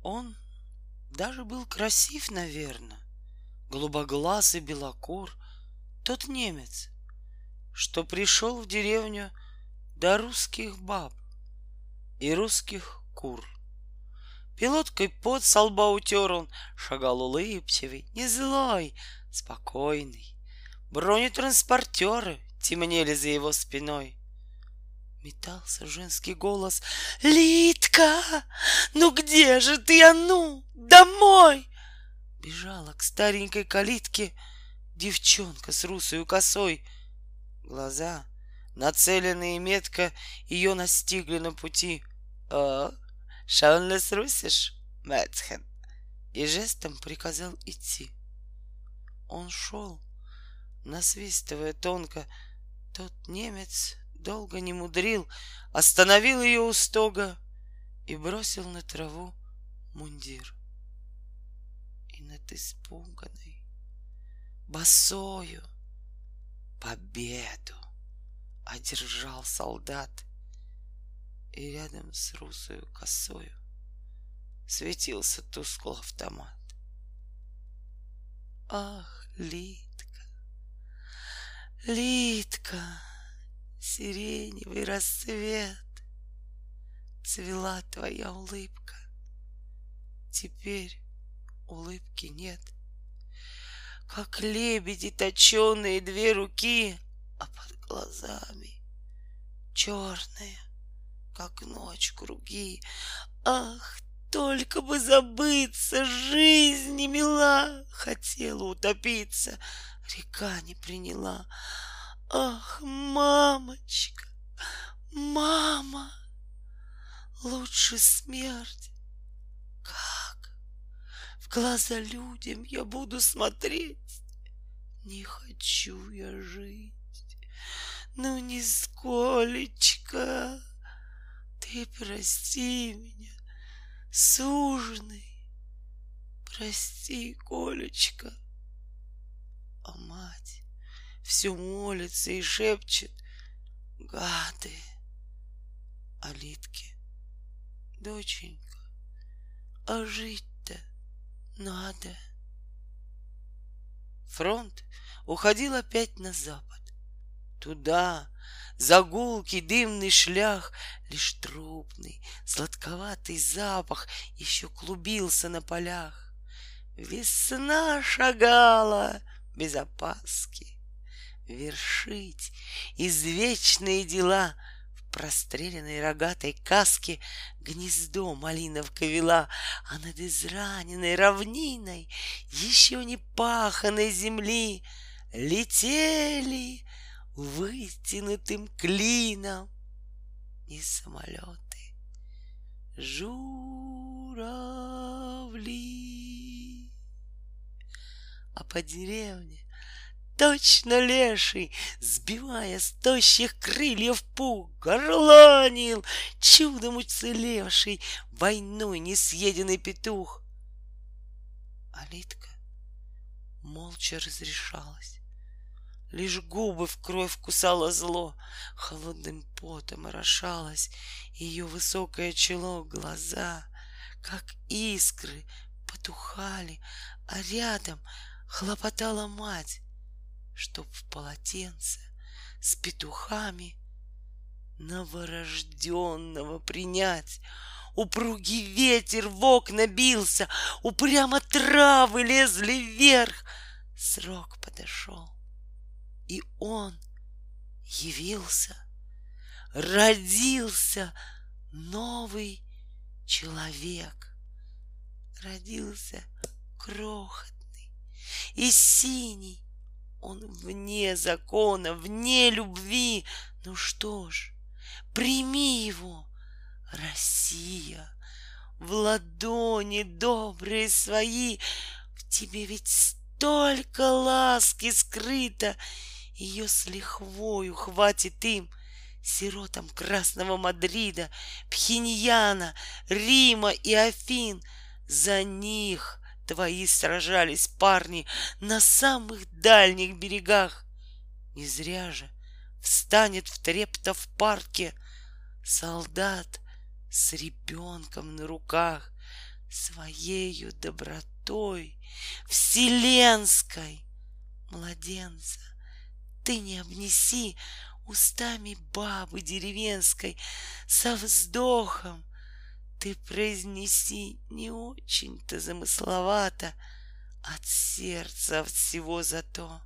Он даже был красив, наверно, голубоглаз и белокур, тот немец, что пришел в деревню до русских баб и русских кур. Пилоткой пот со лба утер он, шагал улыбчивый, не злой, спокойный. Бронетранспортеры темнели за его спиной. Метался женский голос: «Литка, ну где же ты, а ну, домой!» Бежала к старенькой калитке девчонка с русою косой. Глаза, нацеленные метко, ее настигли на пути. «О, шаунлес русиш, Мэтхен!» И жестом приказал идти. Он шел, насвистывая тонко. Тот немец долго не мудрил, остановил ее у стога и бросил на траву мундир. И над испуганной, босою победу одержал солдат, и рядом с русою косою светился тускло автомат. Ах, Литка, Литка, сиреневый рассвет, цвела твоя улыбка, теперь улыбки нет. Как лебеди точеные две руки, а под глазами черные, как ночь, круги. Ах, только бы забыться, жизнь не мила, хотела утопиться, река не приняла. Ах, мамочка, мама, лучше смерть. Как в глаза людям я буду смотреть? Не хочу я жить, ну нисколечко. Ты прости меня, суженый, прости, Колечка. А мать все молится и шепчет: гады. А Литке: доченька, а жить-то надо. Фронт уходил опять на запад. Туда, за гулкий дымный шлях, лишь трупный, сладковатый запах еще клубился на полях. Весна шагала без опаски вершить извечные дела. В простреленной рогатой каске гнездо малиновка вела, а над израненной равниной еще не паханой земли летели вытянутым клином не самолеты, журавли. А по деревне точно леший, сбивая с тощих крыльев пух, горланил чудом уцелевший войной несъеденный петух. А Литка молча разрешалась, лишь губы в кровь кусала зло, холодным потом орошалось ее высокое чело. Глаза, как искры, потухали, а рядом хлопотала мать, чтоб в полотенце с петухами новорожденного принять. Упругий ветер в окна бился, упрямо травы лезли вверх. Срок подошел, и он явился. Родился новый человек. Родился крохотный и синий. Он вне закона, вне любви. Ну что ж, прими его, Россия, в ладони добрые свои. В тебе ведь столько ласки скрыто, ее с лихвою хватит им, сиротам Красного Мадрида, Пхеньяна, Рима и Афин. За них твои сражались парни на самых дальних берегах. Не зря же встанет в Трептов парке солдат с ребенком на руках. своею добротой вселенской. Младенца ты не обнеси устами бабы деревенской, со вздохом ты произнеси не очень-то замысловато, от сердца всего зато.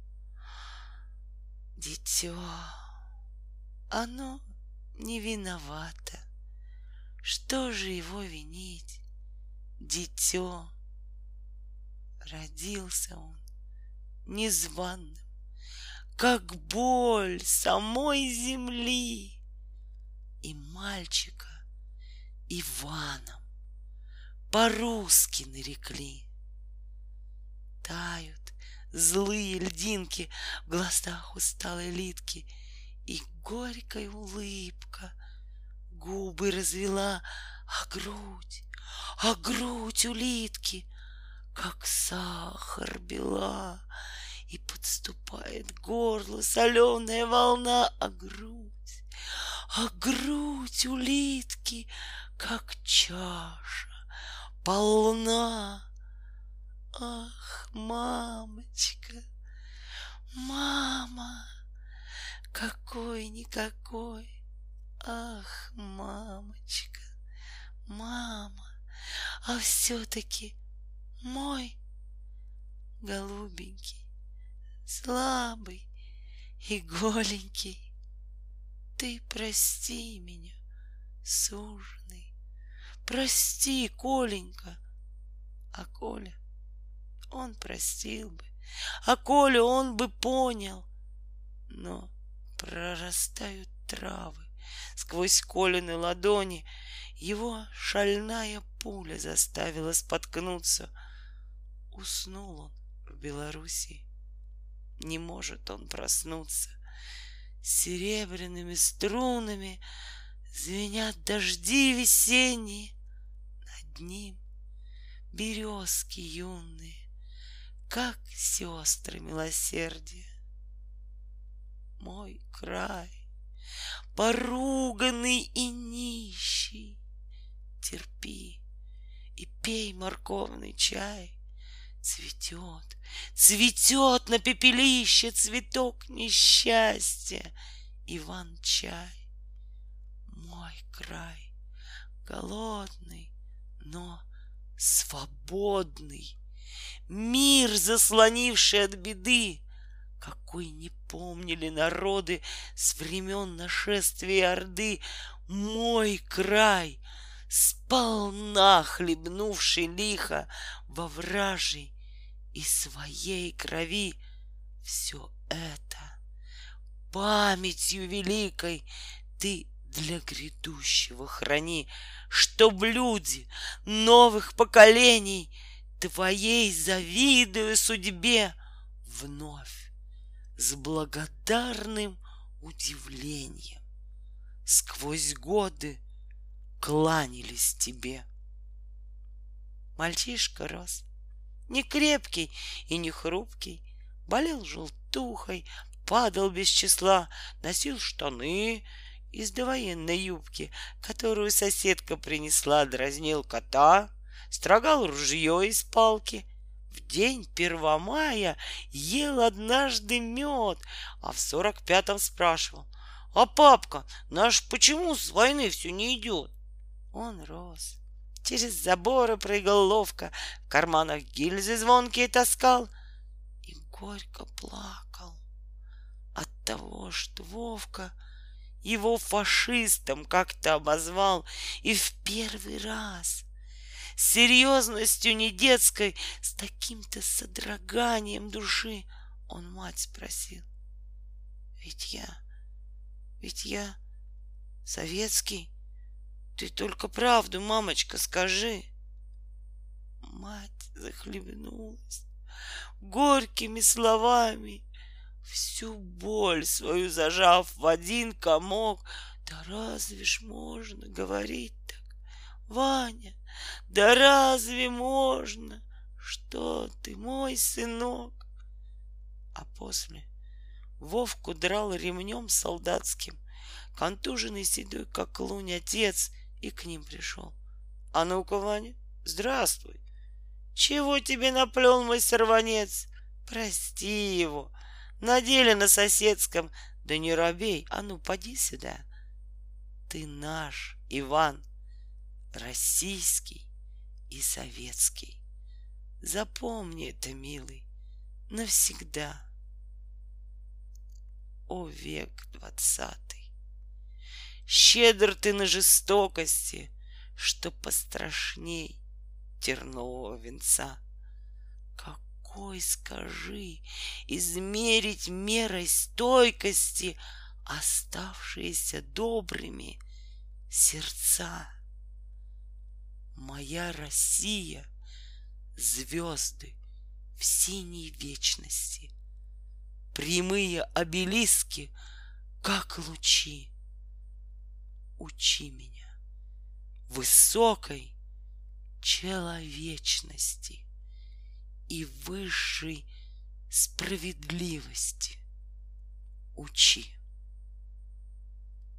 Дитё, оно не виновато, что же его винить? Дитё, родился он незваным, как боль самой земли, и мальчика Иваном по-русски нарекли. Тают злые льдинки в глазах усталой Литки, и горькая улыбка губы развела, а грудь у Литки, как сахар бела, и подступает к горлу соленая волна, а грудь у Литки, как чаша полна. Ах, мамочка, мама, какой-никакой. Ах, мамочка, мама, а все-таки мой голубенький, слабый и голенький. Ты прости меня, суженый, прости, Коленька. А Коля, он простил бы, а Коля он бы понял. Но прорастают травы сквозь Колины ладони, его шальная пуля заставила споткнуться. Уснул он в Белоруссии, не может он проснуться. Серебряными струнами звенят дожди весенние, над ним березки юные, как сестры милосердия. Мой край, поруганный и нищий, терпи и пей морковный чай. Цветет на пепелище цветок несчастья, Иван-чай. Мой край, голодный, но свободный, мир, заслонивший от беды, какой не помнили народы с времен нашествия Орды. Мой край, сполна хлебнувший лихо во вражьей и своей крови, все это памятью великой ты для грядущего храни, чтоб люди новых поколений твоей завидуя судьбе вновь с благодарным удивлением сквозь годы кланялись тебе. Мальчишка рос не крепкий и не хрупкий, болел желтухой, падал без числа, носил штаны из довоенной юбки, которую соседка принесла, дразнил кота, строгал ружье из палки. В день 1 мая ел однажды мед, а в 45-м спрашивал: а папка наш почему с войны все не идет? Он рос, через заборы прыгал ловко, в карманах гильзы звонкие таскал и горько плакал от того, что Вовка его фашистом как-то обозвал. И в первый раз с серьезностью не детской, с таким-то содроганием души он мать спросил: ведь я советский? Ты только правду, мамочка, скажи. Мать захлебнулась горькими словами, всю боль свою зажав в один комок. Да разве ж можно говорить так, Ваня? Да разве можно? Что ты, мой сынок? А после Вовку драл ремнем солдатским, контуженный седой, как лунь, отец, и к ним пришел. А ну-ка, Ваня, Здравствуй. Чего тебе наплел мой сорванец? Прости его. На деле на соседском. Да не робей, а ну поди сюда. Ты наш, Иван, российский и советский. Запомни это, милый, навсегда. О, век 20! Щедр ты на жестокости, что пострашней тернового венца. Какой, скажи, измерить мерой стойкости оставшиеся добрыми сердца? Моя Россия — звезды в синей вечности, прямые обелиски, как лучи. Учи меня высокой человечности и высшей справедливости. Учи.